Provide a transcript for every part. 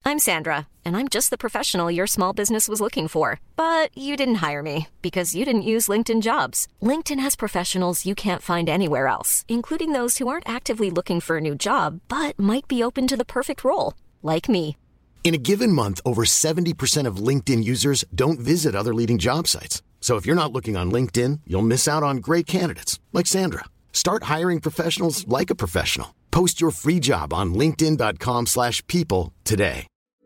I'm Sandra, and I'm just the professional your small business was looking for. But you didn't hire me because you didn't use LinkedIn Jobs. LinkedIn has professionals you can't find anywhere else, including those who aren't actively looking for a new job, but might be open to the perfect role, like me. In a given month, over 70% of LinkedIn users don't visit other leading job sites. So if you're not looking on LinkedIn, you'll miss out on great candidates like Sandra. Start hiring professionals like a professional. Post your free job on linkedin.com/people today.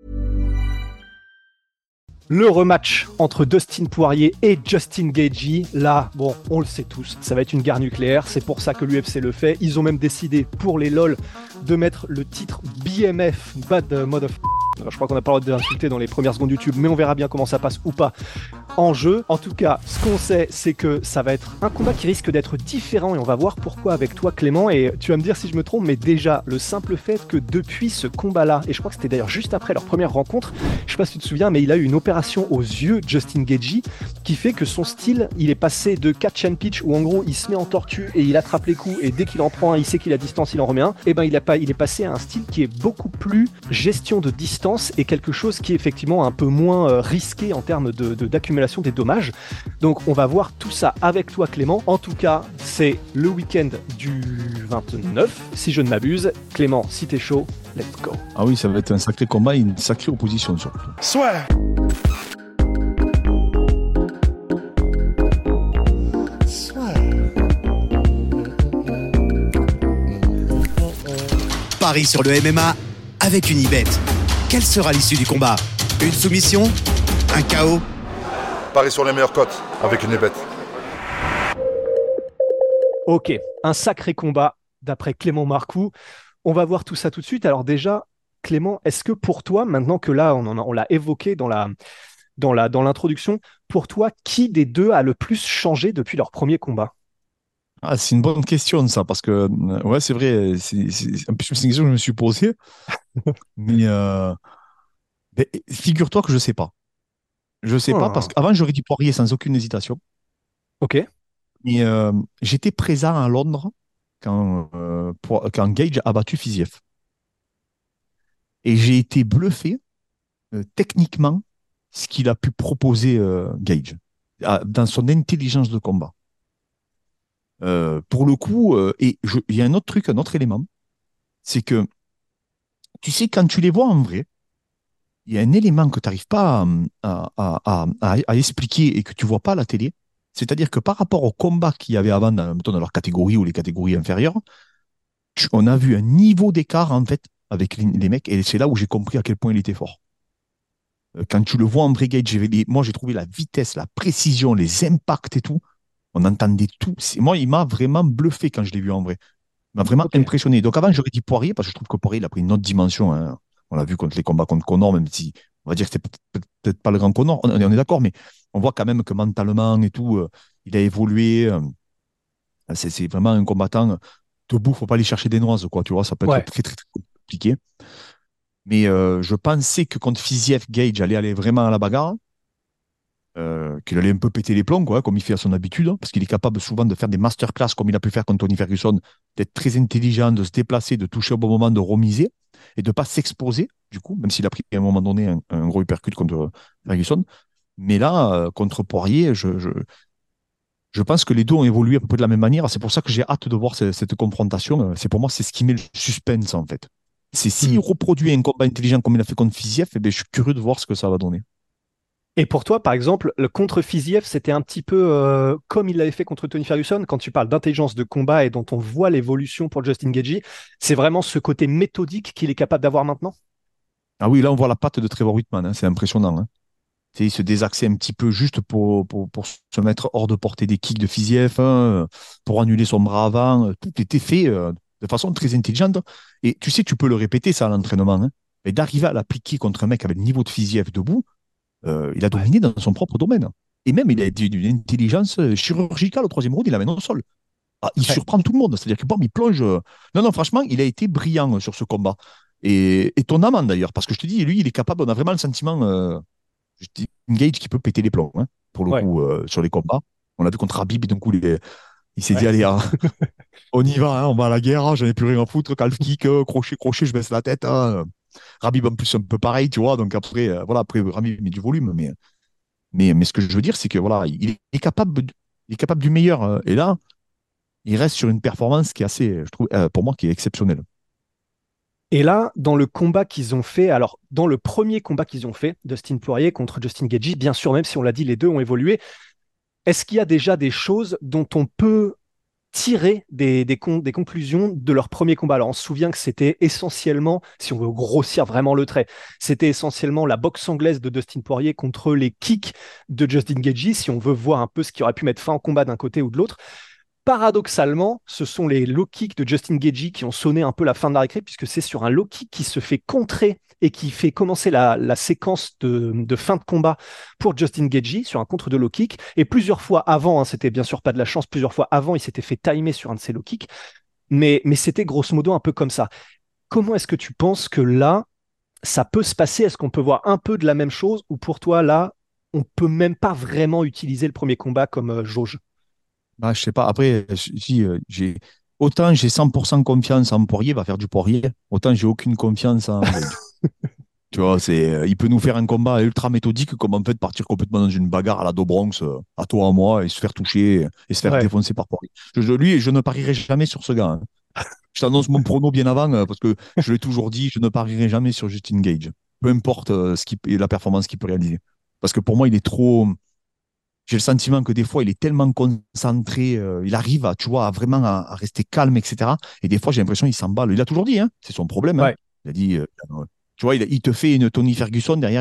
Le rematch entre Dustin Poirier et Justin Gaethje, là, bon, on le sait tous, ça va être une guerre nucléaire, c'est pour ça que l'UFC le fait. Ils ont même décidé, pour les LOL, de mettre le titre BMF, Bad Mother... Je crois qu'on n'a pas le droit d'insulter dans les premières secondes YouTube, mais on verra bien comment ça passe ou pas en jeu. En tout cas, ce qu'on sait, c'est que ça va être un combat qui risque d'être différent et on va voir pourquoi avec toi, Clément. Et tu vas me dire si je me trompe, mais déjà, le simple fait que depuis ce combat-là, et je crois que c'était d'ailleurs juste après leur première rencontre, je sais pas si tu te souviens, mais il a eu une opération aux yeux, Justin Gaethje, qui fait que son style, il est passé de catch and pitch où en gros, il se met en tortue et il attrape les coups et dès qu'il en prend un, il sait qu'il a distance, il en remet un. Et ben, il est passé à un style qui est beaucoup plus gestion de distance et quelque chose qui est effectivement un peu moins risqué en termes d'accumulation des dommages. Donc on va voir tout ça avec toi, Clément. En tout cas, c'est le week-end du 29, si je ne m'abuse. Clément, si t'es chaud, let's go. Ah oui, ça va être un sacré combat et une sacrée opposition surtout. Soit. Paris sur le MMA avec Unibet. Quelle sera l'issue du combat? Une soumission? Un KO? Paris sur les meilleures cotes avec Unibet. Ok, un sacré combat d'après Clément Marcoux. On va voir tout ça tout de suite. Alors déjà, Clément, est-ce que pour toi, maintenant que là, on l'a évoqué dans l'introduction, pour toi, qui des deux a le plus changé depuis leur premier combat? Ah, c'est une bonne question, ça, parce que, ouais, c'est vrai, c'est une question que je me suis posée, mais figure-toi que je sais pas. Je sais pas, parce qu'avant, j'aurais dit Poirier sans aucune hésitation. Ok. Mais j'étais présent à Londres quand Gage a battu Fiziev. Et j'ai été bluffé, techniquement, ce qu'il a pu proposer Gage, dans son intelligence de combat. Pour le coup, il y a un autre truc, un autre élément, c'est que, tu sais, quand tu les vois en vrai, il y a un élément que tu n'arrives pas à expliquer et que tu ne vois pas à la télé, c'est-à-dire que par rapport au combat qu'il y avait avant dans leur catégorie ou les catégories inférieures, on a vu un niveau d'écart en fait avec les mecs et c'est là où j'ai compris à quel point il était fort. Quand tu le vois en vrai, Gage, moi j'ai trouvé la vitesse, la précision, les impacts et tout. On entendait tout. Moi, il m'a vraiment bluffé quand je l'ai vu en vrai. Il m'a vraiment impressionné. Donc avant, j'aurais dit Poirier, parce que je trouve que Poirier, il a pris une autre dimension. Hein. On l'a vu contre les combats contre Conor, même si on va dire que c'était peut-être pas le grand Conor, on est d'accord, mais on voit quand même que mentalement et tout, il a évolué. C'est vraiment un combattant debout, il ne faut pas aller chercher des noises, quoi. Tu vois, ça peut être très, très, très compliqué. Mais je pensais que contre Fiziev, Gage allait aller vraiment à la bagarre. Qu'il allait un peu péter les plombs, quoi, comme il fait à son habitude, hein, parce qu'il est capable souvent de faire des masterclass comme il a pu faire contre Tony Ferguson, d'être très intelligent, de se déplacer, de toucher au bon moment, de remiser et de ne pas s'exposer, du coup, même s'il a pris à un moment donné un gros uppercut contre Ferguson. Mais là, contre Poirier, je pense que les deux ont évolué à peu près de la même manière. C'est pour ça que j'ai hâte de voir cette confrontation. Pour moi, c'est ce qui met le suspense, en fait. C'est s'il reproduit un combat intelligent comme il a fait contre Fiziev, je suis curieux de voir ce que ça va donner. Et pour toi, par exemple, le contre Fiziev, c'était un petit peu comme il l'avait fait contre Tony Ferguson, quand tu parles d'intelligence de combat et dont on voit l'évolution pour Justin Gaethje, c'est vraiment ce côté méthodique qu'il est capable d'avoir maintenant? Ah oui, là, on voit la patte de Trevor Whitman, hein, c'est impressionnant. Hein. Il se désaxait un petit peu juste pour se mettre hors de portée des kicks de Fiziev, hein, pour annuler son bras avant. Tout était fait de façon très intelligente. Et tu sais, tu peux le répéter, ça, à l'entraînement. Hein. Mais d'arriver à l'appliquer contre un mec avec le niveau de Fiziev debout, il a dominé dans son propre domaine. Et même, il a une intelligence chirurgicale au troisième round, il amène au sol. Ah, il surprend tout le monde. C'est-à-dire que, bon, il plonge. Non, franchement, il a été brillant sur ce combat. Et étonnamment, d'ailleurs, parce que je te dis, lui, il est capable, on a vraiment le sentiment, je dis, Gage qui peut péter les plombs, hein, pour le coup, sur les combats. On l'a vu contre Habib, et d'un coup, il s'est dit, allez, hein, on y va, hein, on va à la guerre, hein, j'en ai plus rien à foutre, calf kick, crochet, je baisse la tête. Hein. Rabib en plus un peu pareil, tu vois. Donc après, après Rabib met du volume, mais ce que je veux dire, c'est que voilà, il est capable du meilleur. Et là, il reste sur une performance qui est assez, je trouve, pour moi, qui est exceptionnelle. Et là, dans le combat qu'ils ont fait, alors dans le premier combat qu'ils ont fait, Dustin Poirier contre Justin Gaethje, bien sûr, même si on l'a dit, les deux ont évolué. Est-ce qu'il y a déjà des choses dont on peut tirer des conclusions de leur premier combat? Alors, on se souvient que c'était essentiellement, si on veut grossir vraiment le trait, c'était essentiellement la boxe anglaise de Dustin Poirier contre les kicks de Justin Gaethje, si on veut voir un peu ce qui aurait pu mettre fin au combat d'un côté ou de l'autre. Paradoxalement, ce sont les low kicks de Justin Gaethje qui ont sonné un peu la fin de la récré, puisque c'est sur un low kick qui se fait contrer et qui fait commencer la séquence de fin de combat pour Justin Gaethje sur un contre de low kick. Et plusieurs fois avant, hein, c'était bien sûr pas de la chance, plusieurs fois avant, il s'était fait timer sur un de ses low kicks. Mais c'était grosso modo un peu comme ça. Comment est-ce que tu penses que là, ça peut se passer? Est-ce qu'on peut voir un peu de la même chose? Ou pour toi, là, on peut même pas vraiment utiliser le premier combat comme jauge? Bah, je sais pas. Après, si, autant j'ai 100% confiance en Poirier, va faire du Poirier, autant j'ai aucune confiance en Gage. Tu vois, il peut nous faire un combat ultra méthodique, comme en fait partir complètement dans une bagarre à la Do Bronx, à toi, à moi, et se faire toucher et se faire Ouais. défoncer par Poirier. Lui, je ne parierai jamais sur ce gars, hein. Je t'annonce mon prono bien avant, parce que je l'ai toujours dit, je ne parierai jamais sur Justin Gage. Peu importe la performance qu'il peut réaliser. Parce que pour moi, il est trop. J'ai le sentiment que des fois, il est tellement concentré, il arrive à, tu vois, à rester calme, etc. Et des fois, j'ai l'impression qu'il s'emballe. Il a toujours dit, hein, c'est son problème, hein. Ouais. Il a dit, tu vois, il te fait une Tony Ferguson, derrière,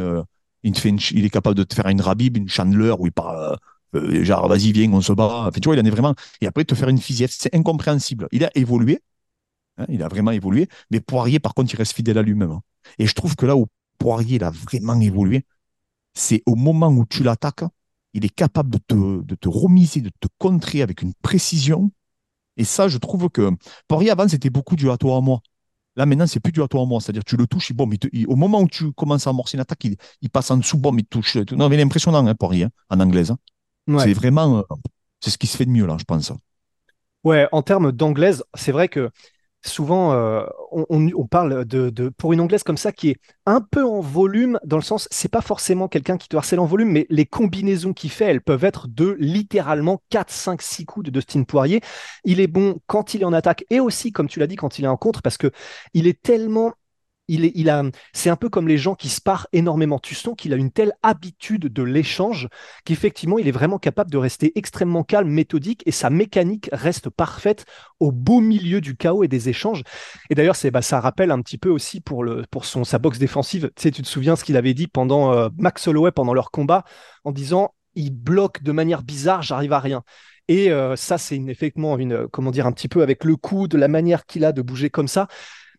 il est capable de te faire une Rabib, une Chandler, où il parle, genre, vas-y, viens, on se bat. Enfin, tu vois, il en est vraiment. Et après, te faire une Fiziev, c'est incompréhensible. Il a évolué, hein, il a vraiment évolué, mais Poirier, par contre, il reste fidèle à lui-même, hein. Et je trouve que là où Poirier, il a vraiment évolué, c'est au moment où tu l'attaques, il est capable de te remiser, de te contrer avec une précision. Et ça, je trouve que Poirier, avant, c'était beaucoup du à toi à moi. Là, maintenant, c'est plus du à toi à moi. C'est-à-dire, tu le touches, bon, au moment où tu commences à amorcer une attaque, il passe en dessous, bon, il touche. Non, mais il est impressionnant, hein, Poirier, hein, en anglaise, hein. Ouais. C'est vraiment, c'est ce qui se fait de mieux, là, je pense. Ouais, en termes d'anglaise, c'est vrai que souvent on parle pour une anglaise comme ça qui est un peu en volume, dans le sens, c'est pas forcément quelqu'un qui te harcèle en volume, mais les combinaisons qu'il fait, elles peuvent être de littéralement 4, 5, 6 coups de Dustin Poirier. Il est bon quand il est en attaque et aussi, comme tu l'as dit, quand il est en contre, parce que il est tellement c'est un peu comme les gens qui sparent énormément. Tu sens qu'il a une telle habitude de l'échange qu'effectivement, il est vraiment capable de rester extrêmement calme, méthodique, et sa mécanique reste parfaite au beau milieu du chaos et des échanges. Et d'ailleurs, ça rappelle un petit peu aussi pour sa boxe défensive. Tu sais, tu te souviens ce qu'il avait dit pendant Max Holloway, pendant leur combat, en disant, il bloque de manière bizarre, j'arrive à rien. Et ça, c'est effectivement comment dire, un petit peu avec le coup, de la manière qu'il a de bouger comme ça.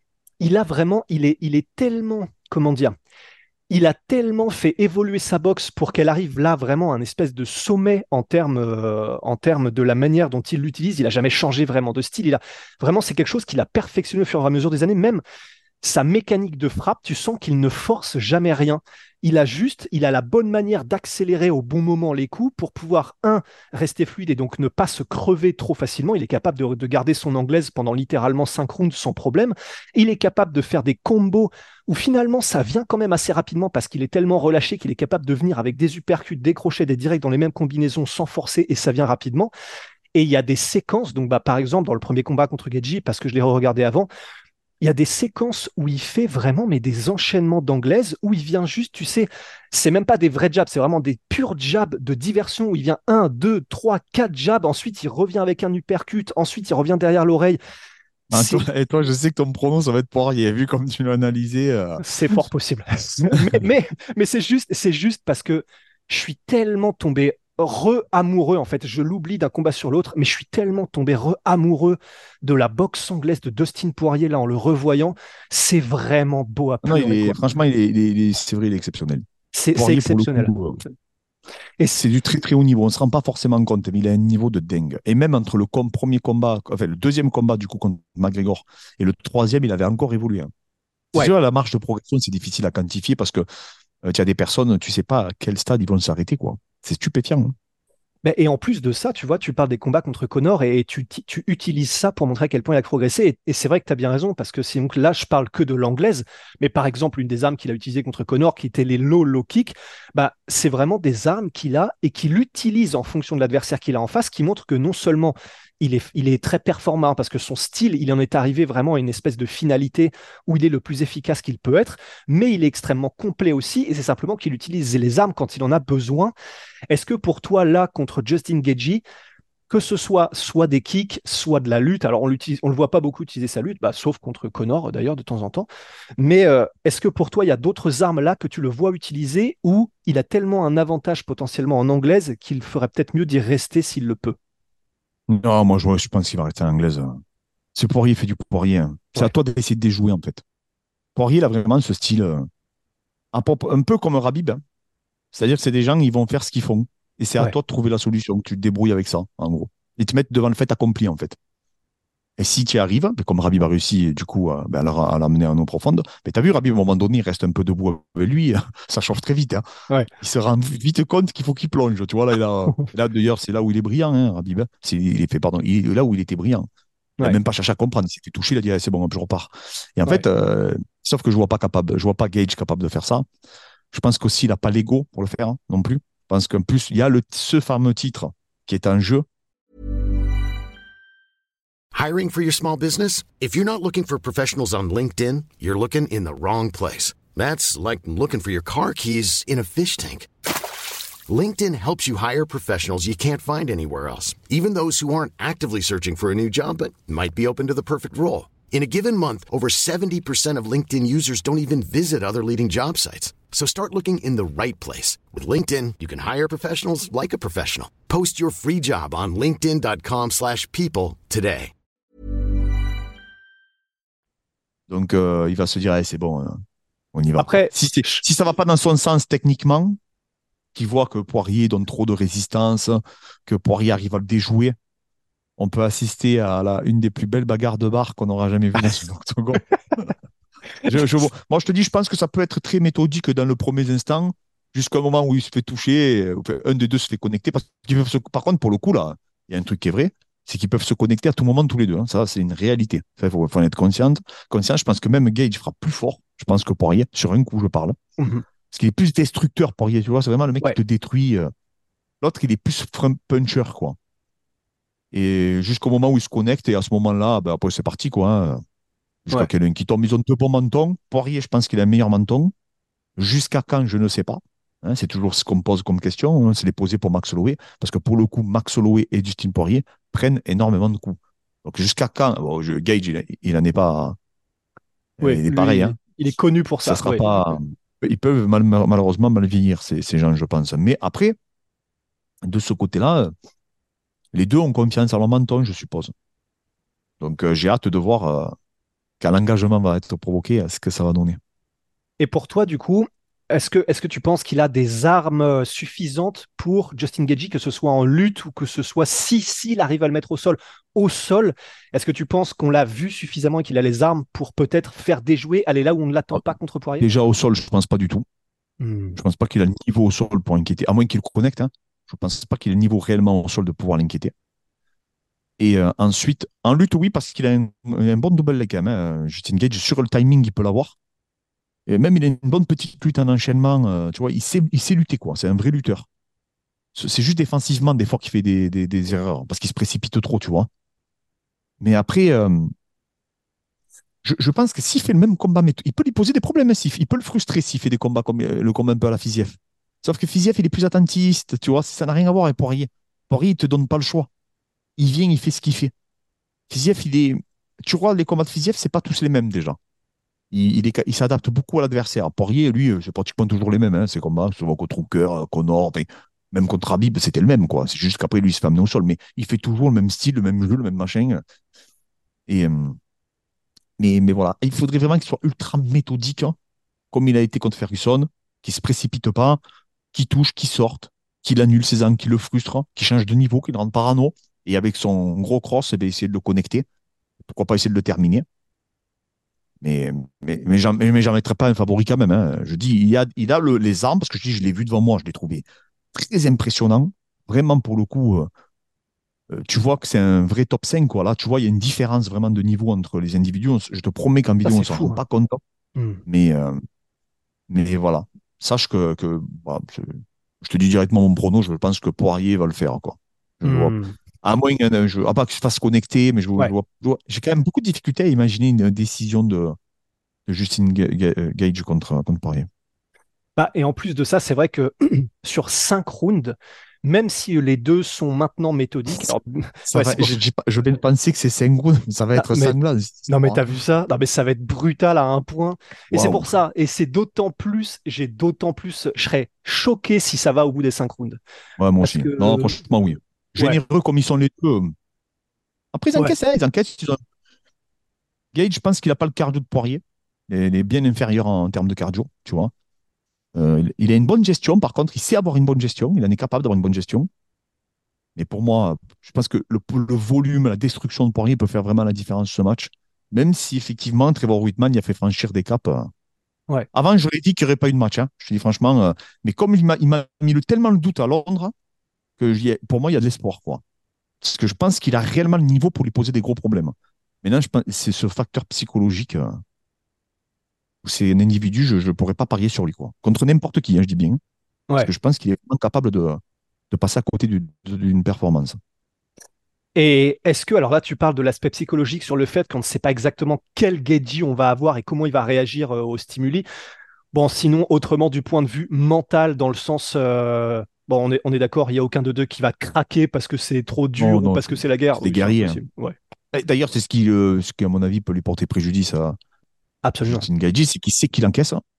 Il est tellement, comment dire, il a tellement fait évoluer sa boxe pour qu'elle arrive là vraiment à un espèce de sommet en termes de la manière dont il l'utilise. Il a jamais changé vraiment de style. Vraiment, c'est quelque chose qu'il a perfectionné au fur et à mesure des années. Même sa mécanique de frappe, tu sens qu'il ne force jamais rien. Il a la bonne manière d'accélérer au bon moment les coups pour pouvoir, rester fluide et donc ne pas se crever trop facilement. Il est capable de garder son anglaise pendant littéralement 5 rounds sans problème. Il est capable de faire des combos où finalement ça vient quand même assez rapidement parce qu'il est tellement relâché qu'il est capable de venir avec des uppercuts, des crochets, des directs dans les mêmes combinaisons sans forcer et ça vient rapidement. Et il y a des séquences, donc par exemple dans le premier combat contre Gaethje, parce que je l'ai regardé avant, il y a des séquences où il fait vraiment mais des enchaînements d'anglaise où il vient juste, tu sais, c'est même pas des vrais jabs, c'est vraiment des purs jabs de diversion où il vient 1, 2, 3, 4 jabs, ensuite il revient avec un uppercut, ensuite il revient derrière l'oreille. Ah, C'est et toi, je sais que ton pronom, ça va être Poirier, vu comme tu l'as analysé. c'est fort possible. Mais c'est juste parce que je suis tellement tombé re-amoureux, en fait, je l'oublie d'un combat sur l'autre, mais je suis tellement tombé re-amoureux de la boxe anglaise de Dustin Poirier, là, en le revoyant. C'est vraiment beau à Non, pleurer, quoi. franchement, c'est vrai, il est exceptionnel. C'est Poirier, pour le exceptionnel. coup, Et c'est du très très haut niveau. On ne se rend pas forcément compte, mais il a un niveau de dingue. Et même entre premier combat, enfin le deuxième combat du coup contre McGregor et le troisième, il avait encore évolué, hein. C'est ouais, sûr, la marge de progression, c'est difficile à quantifier parce que tu as des personnes, tu sais pas à quel stade ils vont s'arrêter, quoi. C'est stupéfiant, hein. Et en plus de ça, tu vois, tu parles des combats contre Connor et tu utilises ça pour montrer à quel point il a progressé. Et c'est vrai que tu as bien raison, parce que donc là, je parle que de l'anglaise. Mais par exemple, une des armes qu'il a utilisées contre Connor, qui était les low kick, c'est vraiment des armes qu'il a et qu'il utilise en fonction de l'adversaire qu'il a en face, qui montre que non seulement il est très performant, parce que son style, il en est arrivé vraiment à une espèce de finalité où il est le plus efficace qu'il peut être, mais il est extrêmement complet aussi, et c'est simplement qu'il utilise les armes quand il en a besoin. Est-ce que pour toi, là, contre Justin Gaethje, que ce soit des kicks, soit de la lutte, alors on le voit pas beaucoup utiliser sa lutte, sauf contre Connor d'ailleurs de temps en temps, mais est-ce que pour toi, il y a d'autres armes là que tu le vois utiliser où il a tellement un avantage potentiellement en anglaise qu'il ferait peut-être mieux d'y rester s'il le peut? Non, moi, je pense qu'il va rester en anglaise. Ce Poirier fait du Poirier, hein. C'est à Ouais, toi d'essayer de déjouer, en fait. Poirier, il a vraiment ce style, un peu comme Rabib, hein. C'est-à-dire que c'est des gens, ils vont faire ce qu'ils font. Et c'est à ouais. toi de trouver la solution. Tu te débrouilles avec ça, en gros. Ils te mettent devant le fait accompli, en fait. Et si tu y arrives, comme Rabib a réussi, du coup, à l'amener en eau profonde, mais t'as vu, Rabib, à un moment donné, il reste un peu debout avec lui, ça chauffe très vite, hein. Ouais. Il se rend vite compte qu'il faut qu'il plonge. Tu vois, là d'ailleurs, c'est là où il est brillant, hein, Rabib, hein. Il est fait, pardon, il est là où il était brillant. Il n'a Ouais, même pas cherché à comprendre. Il s'est fait toucher, il a dit, ah, c'est bon, je repars. Et en ouais. fait, sauf que je vois pas Gage capable de faire ça. Je pense qu'aussi, il n'a pas l'ego pour le faire, hein, non plus. Je pense qu'en plus, il y a ce fameux titre qui est en jeu. Hiring for your small business? If you're not looking for professionals on LinkedIn, you're looking in the wrong place. That's like looking for your car keys in a fish tank. LinkedIn helps you hire professionals you can't find anywhere else, even those who aren't actively searching for a new job but might be open to the perfect role. In a given month, over 70% of LinkedIn users don't even visit other leading job sites. So start looking in the right place. With LinkedIn, you can hire professionals like a professional. Post your free job on linkedin.com/people today. Donc, il va se dire, eh, c'est bon, on y va. Après, Si ça va pas dans son sens techniquement, qu'il voit que Poirier donne trop de résistance, que Poirier arrive à le déjouer, on peut assister à une des plus belles bagarres de bar qu'on aura jamais vues dans une octogone. Moi, je te dis, je pense que ça peut être très méthodique dans le premier instant, jusqu'au moment où il se fait toucher, un des deux se fait connecter. Par contre, pour le coup, là, il y a un truc qui est vrai, c'est qu'ils peuvent se connecter à tout moment tous les deux, hein. Ça, c'est une réalité. Il faut en être conscient. Je pense que même Gage fera plus fort, je pense, que Poirier, sur un coup, je parle. mhm, Parce qu'il est plus destructeur, Poirier, tu vois, c'est vraiment le mec qui ouais. te détruit. L'autre, il est plus puncher, quoi. Et jusqu'au moment où il se connecte, et à ce moment-là, après, c'est parti, quoi, hein. Jusqu'à Ouais. quelqu'un qui tombe, ils ont deux bons mentons. Poirier, je pense qu'il a un meilleur menton. Jusqu'à quand, je ne sais pas. Hein, c'est toujours ce qu'on me pose comme question, hein. C'est les poser pour Max Holloway. Parce que pour le coup, Max Holloway et Dustin Poirier prennent énormément de coups. Donc jusqu'à quand, bon, Gage, il en est pas. Oui, Il est pareil, lui, hein. il est connu pour Ça ça. sera Oui. pas. Ils peuvent malheureusement mal vieillir, ces gens, je pense. Mais après, de ce côté-là, les deux ont confiance à leur menton, je suppose. Donc j'ai hâte de voir quand l'engagement va être provoqué, ce que ça va donner. Et pour toi, du coup, est-ce que tu penses qu'il a des armes suffisantes pour Justin Gaethje, que ce soit en lutte ou que ce soit s'il arrive à le mettre au sol, est-ce que tu penses qu'on l'a vu suffisamment et qu'il a les armes pour peut-être faire déjouer, aller là où on ne l'attend pas contre Poirier? Déjà au sol, je ne pense pas du tout. Hmm. Je ne pense pas qu'il a le niveau au sol pour inquiéter, à moins qu'il le connecte, hein. Je ne pense pas qu'il ait le niveau réellement au sol de pouvoir l'inquiéter. Et ensuite, en lutte, oui, parce qu'il a un bon double leg quand même, hein. Justin Gage, sur le timing, il peut l'avoir. Et même, il a une bonne petite lutte en enchaînement. Tu vois, il sait lutter, quoi. C'est un vrai lutteur. C'est juste défensivement, des fois, qu'il fait des erreurs, parce qu'il se précipite trop, tu vois. Mais après, je pense que s'il fait le même combat, mais il peut lui poser des problèmes, hein, il peut le frustrer s'il fait des combats comme le combat un peu à la Fiziev. Sauf que Fiziev, il est plus attentiste, tu vois, ça n'a rien à voir avec Poirier. Poirier, il te donne pas le choix. Il vient, il fait ce qu'il fait. Fiziev, tu vois, les combats de Fiziev, c'est pas tous les mêmes déjà. Il s'adapte beaucoup à l'adversaire. Poirier, lui, c'est pratiquement toujours les mêmes, hein, ces combats, souvent contre Hooker, Connor, enfin, même contre Habib, c'était le même, quoi. C'est juste qu'après, lui, il se fait amener au sol, mais il fait toujours le même style, le même jeu, le même machin. Et, mais voilà, il faudrait vraiment qu'il soit ultra méthodique, hein, comme il a été contre Ferguson, qu'il se précipite pas, qu'il touche, qu'il sorte, qu'il annule ses angles, qu'il le frustre, qu'il change de niveau, qu'il le rende parano, et avec son gros cross, eh bien, essayer de le connecter. Pourquoi pas essayer de le terminer. Mais j'en mettrai pas un favori quand même, hein. Je dis, il a les armes, parce que je l'ai vu devant moi, je l'ai trouvé très impressionnant. vraiment, pour le coup, tu vois que c'est un vrai top 5, quoi. Là, tu vois, il y a une différence vraiment de niveau entre les individus. Je te promets qu'en Ça, vidéo, on c'est ne s'en fou. rend Hein. pas compte. Hmm. Mais, voilà. Sache que voilà, je te dis directement mon prono, je pense que Poirier va le faire, quoi. Je le vois. Hmm. À moins pas que je fasse connecter, mais Ouais. j'ai quand même beaucoup de difficultés à imaginer une décision de Justin Gage contre Poirier. Bah, et en plus de ça, c'est vrai que sur 5 rounds, même si les deux sont maintenant méthodiques, alors, Ça ouais, va, c'est pour... je vais penser que c'est 5 rounds, ça va Non, être sanglant, cette non, mais histoire, t'as hein. vu ça? Non, mais ça va être brutal à un point. Et c'est Waouh. pour ça. Et c'est d'autant plus, je serais choqué si ça va au bout des 5 rounds. Ouais, moi Parce aussi. Non, que, franchement, oui. ouais, Généreux comme ils sont les deux. Après, ouais. ils encaissent. Gage, je pense qu'il n'a pas le cardio de Poirier. Il est bien inférieur en termes de cardio, tu vois. Il a une bonne gestion, par contre, il sait avoir une bonne gestion. Il en est capable d'avoir une bonne gestion. Mais pour moi, je pense que le volume, la destruction de Poirier peut faire vraiment la différence ce match. Même si effectivement, Trevor Whitman y a fait franchir des caps. Ouais. Avant, j'aurais dit qu'il n'y aurait pas eu de match, hein. Je te dis franchement. Mais comme il m'a mis tellement le doute à Londres, que pour moi, il y a de l'espoir, quoi. Parce que je pense qu'il a réellement le niveau pour lui poser des gros problèmes. Maintenant, je pense c'est ce facteur psychologique. Où c'est un individu, je ne pourrais pas parier sur lui, quoi. Contre n'importe qui, hein, je dis bien. Parce Ouais. que je pense qu'il est vraiment capable de passer à côté d'une performance. Et est-ce que, alors là, tu parles de l'aspect psychologique sur le fait qu'on ne sait pas exactement quel Geji on va avoir et comment il va réagir aux stimuli. Bon, sinon, autrement, du point de vue mental, dans le sens, bon, on est d'accord, il n'y a aucun de deux qui va craquer parce que c'est trop Non, dur ou non, parce que c'est la guerre. c'est des Oui, c'est guerriers, hein. impossible. Ouais, Et d'ailleurs, c'est ce qui, à mon avis, peut lui porter préjudice à absolument. Justin Gaethje, c'est qu'il sait qu'il encaisse, hein.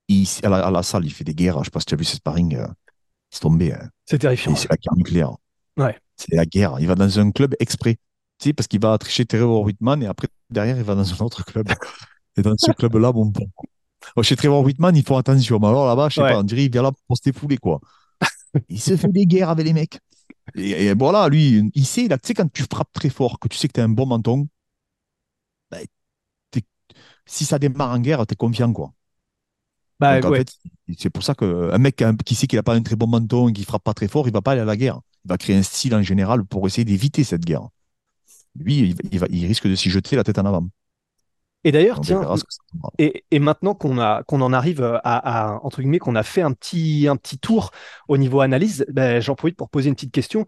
À la salle, il fait des guerres. Je ne sais pas si tu as vu ses sparring. C'est tombé, hein. C'est terrifiant. C'est la guerre nucléaire. Ouais. C'est la guerre. Il va dans un club exprès. Tu sais, parce qu'il va tricher Trevor Whitman et après, derrière, il va dans un autre club. Et dans ce club-là, bon, chez Trevor Whitman, ils font attention. Mais alors là-bas, je sais pas, Ouais. on dirait qu'il vient là pour se défouler, quoi. Il se fait des guerres avec les mecs. Et voilà, lui, il sait, là, tu sais, quand tu frappes très fort, que tu sais que tu as un bon menton, bah, t'es- si ça démarre en guerre, tu es confiant, quoi. Bah Donc, en ouais. fait, c'est pour ça qu'un mec qui sait qu'il n'a pas un très bon menton et qui frappe pas très fort, il va pas aller à la guerre. Il va créer un style en général pour essayer d'éviter cette guerre. Lui, il risque de s'y jeter la tête en avant. Et d'ailleurs, On tiens, verra ce que ça donnera. et maintenant qu'on en arrive entre guillemets, qu'on a fait un petit tour au niveau analyse, ben, j'en profite pour poser une petite question.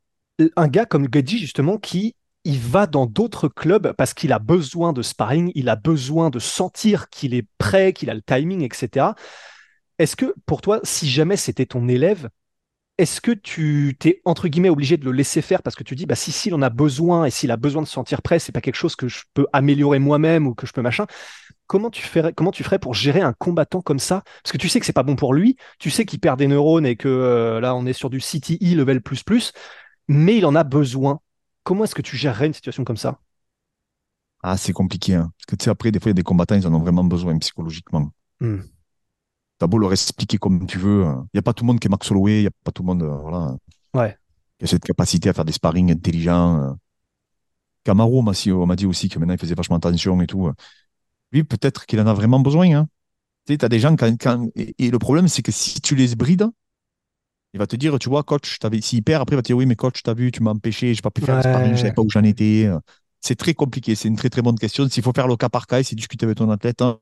Un gars comme Gedji, justement, qui il va dans d'autres clubs parce qu'il a besoin de sparring, il a besoin de sentir qu'il est prêt, qu'il a le timing, etc. Est-ce que pour toi, si jamais c'était ton élève, est-ce que tu t'es entre guillemets obligé de le laisser faire parce que tu dis bah si s'il en a besoin et s'il a besoin de se sentir prêt, c'est pas quelque chose que je peux améliorer moi-même ou que je peux machin. Comment tu ferais pour gérer un combattant comme ça? Parce que tu sais que c'est pas bon pour lui, tu sais qu'il perd des neurones et que là on est sur du CTE level plus, mais il en a besoin. Comment est-ce que tu gérerais une situation comme ça? Ah, c'est compliqué, hein. Parce que tu sais, après, des fois, il y a des combattants, ils en ont vraiment besoin psychologiquement. Hmm. T'as beau leur expliquer comme tu veux. Il n'y a pas tout le monde qui est Max Holloway, il n'y a pas tout le monde voilà, Ouais, qui a cette capacité à faire des sparring intelligents. Camaro on m'a dit aussi que maintenant, il faisait vachement attention et tout. Lui, peut-être qu'il en a vraiment besoin, hein. Tu sais, t'as des gens, et le problème, c'est que si tu les brides, il va te dire, tu vois, coach, s'il perd, après, il va te dire, oui, mais coach, t'as vu, tu m'as empêché, j'ai pas pu faire de sparring, je savais ouais, pas où j'en étais. C'est très compliqué, c'est une très très bonne question. S'il faut faire le cas par cas, et s'il discuter avec ton athlète, hein.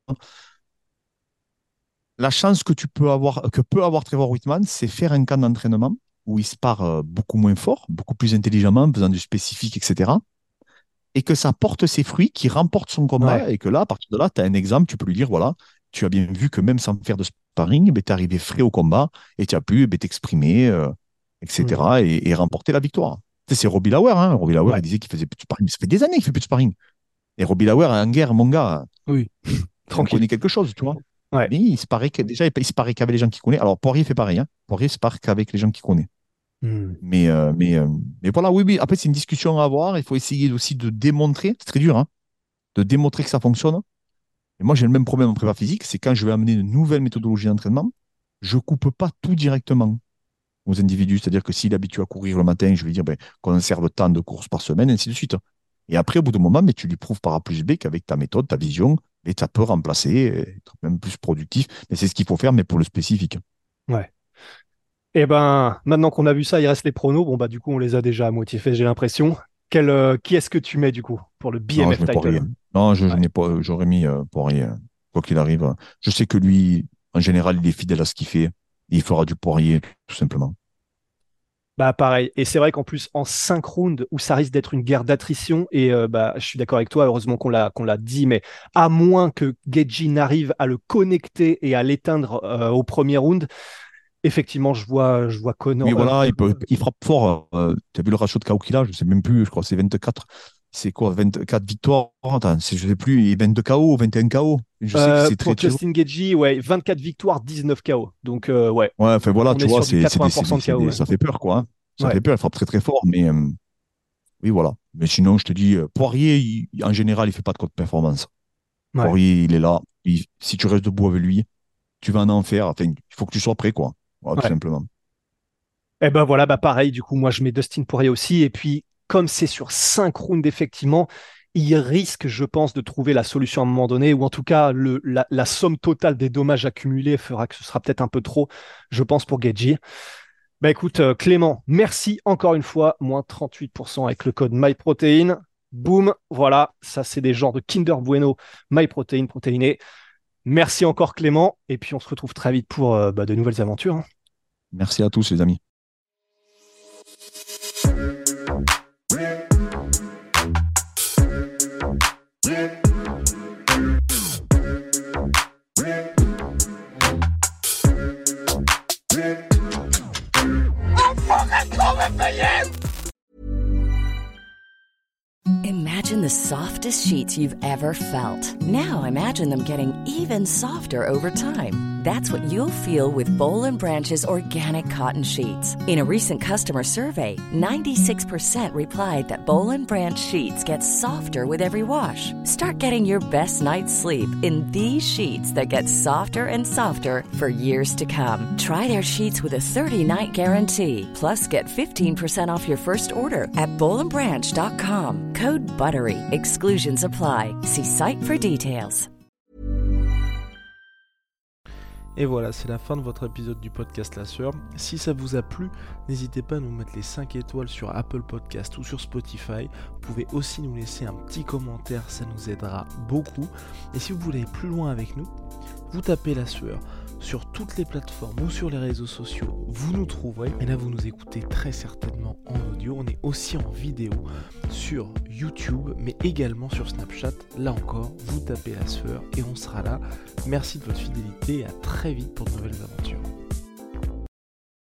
La chance que peut avoir Trevor Whitman, c'est faire un camp d'entraînement où il se part beaucoup moins fort, beaucoup plus intelligemment, en faisant du spécifique, etc. Et que ça porte ses fruits, qu'il remporte son ouais. combat, et que là, à partir de là, tu as un exemple, tu peux lui dire, voilà, tu as bien vu que même sans faire de sparring, tu es arrivé frais au combat, et tu as pu t'exprimer, Hmm. etc., et remporter la victoire. Tu sais, c'est Robbie Lawler, hein. Robbie Lawler, Ouais, il disait qu'il faisait plus de sparring. Ça fait des années qu'il fait plus de sparring. Et Robbie Lawler est en guerre, mon gars. oui, Il en tranquille. connaît quelque chose, tu vois. Ouais. Mais il se paraît que déjà, il se paraît qu'avec les gens qu'il connaît. Alors, Poirier fait pareil, hein. Poirier se paraît qu'avec les gens qu'il connaît. Hmm. Mais, euh, mais, euh, mais voilà, oui, oui. Après, c'est une discussion à avoir. Il faut essayer aussi de démontrer. C'est très dur, hein, de démontrer que ça fonctionne. Et moi, j'ai le même problème en prépa physique. C'est quand je vais amener une nouvelle méthodologie d'entraînement, je coupe pas tout directement aux individus. C'est-à-dire que s'il est habitué à courir le matin, je vais dire ben, conserve tant de courses par semaine, ainsi de suite. Et après, au bout d'un moment, mais tu lui prouves par A plus B qu'avec ta méthode, ta vision, et ça peut remplacer, être même plus productif. Mais c'est ce qu'il faut faire, mais pour le spécifique. Ouais. Et ben, maintenant qu'on a vu ça, il reste les pronos. Bon, bah, du coup, on les a déjà à moitié fait, j'ai l'impression. Qui est-ce que tu mets, du coup, pour le Non, je BMF mets Poirier. title? Non, je Ouais. n'ai pas, j'aurais mis Poirier, quoi qu'il arrive. Je sais que lui, en général, il est fidèle à ce qu'il fait. Il fera du Poirier, tout simplement. Bah, pareil. Et c'est vrai qu'en plus, en 5 rounds, où ça risque d'être une guerre d'attrition, et bah, je suis d'accord avec toi, heureusement qu'on l'a dit, mais à moins que Geji n'arrive à le connecter et à l'éteindre au premier round, effectivement, je vois Oui, Conor. voilà, il frappe fort. Tu as vu le ratio de KO qu'il a? Je sais même plus, je crois que c'est 24. C'est quoi, 24 victoires? Attends, je sais plus, et 22 KO, 21 KO. Je sais que c'est Pour très, très haut. Justin Gaethje, ouais, 24 victoires, 19 KO. Donc, ouais, Ouais, enfin voilà, on tu est vois, sur du 80% de KO. Ouais. ça fait peur, quoi, hein. Ça Ouais, fait peur, il frappe très, très fort, mais oui, voilà. Mais sinon, je te dis, Poirier, en général, il fait pas de contre-performance. ouais. Poirier, il est là. Si tu restes debout avec lui, tu vas en enfer. Enfin, il faut que tu sois prêt, quoi. Voilà, tout Ouais. simplement. Et ben voilà, bah pareil, du coup, moi je mets Dustin Poirier aussi. Et puis, comme c'est sur 5 rounds, effectivement, il risque, je pense, de trouver la solution à un moment donné, ou en tout cas, la somme totale des dommages accumulés fera que ce sera peut-être un peu trop, je pense, pour Gaethje. Bah écoute, Clément, merci encore une fois, moins 38% avec le code MyProtein. Boum, voilà, ça c'est des genres de Kinder Bueno, MyProtein, protéiné. Merci encore Clément, et puis on se retrouve très vite pour bah, de nouvelles aventures. Hein. Merci à tous, les amis. Imagine the softest sheets you've ever felt. Now imagine them getting even softer over time. That's what you'll feel with Boll & Branch's organic cotton sheets. In a recent customer survey, 96% replied that Boll & Branch sheets get softer with every wash. Start getting your best night's sleep in these sheets that get softer and softer for years to come. Try their sheets with a 30-night guarantee. Plus, get 15% off your first order at bollandbranch.com. Code BUTTERY. Exclusions apply. See site for details. Et voilà, c'est la fin de votre épisode du podcast La Sueur. Si ça vous a plu, n'hésitez pas à nous mettre les 5 étoiles sur Apple Podcast ou sur Spotify. Vous pouvez aussi nous laisser un petit commentaire, ça nous aidera beaucoup. Et si vous voulez aller plus loin avec nous, vous tapez La Sueur sur toutes les plateformes ou sur les réseaux sociaux, vous nous trouverez. Et là, vous nous écoutez très certainement en audio. On est aussi en vidéo sur YouTube, mais également sur Snapchat. Là encore, vous tapez La Sueur et on sera là. Merci de votre fidélité et à très vite pour de nouvelles aventures.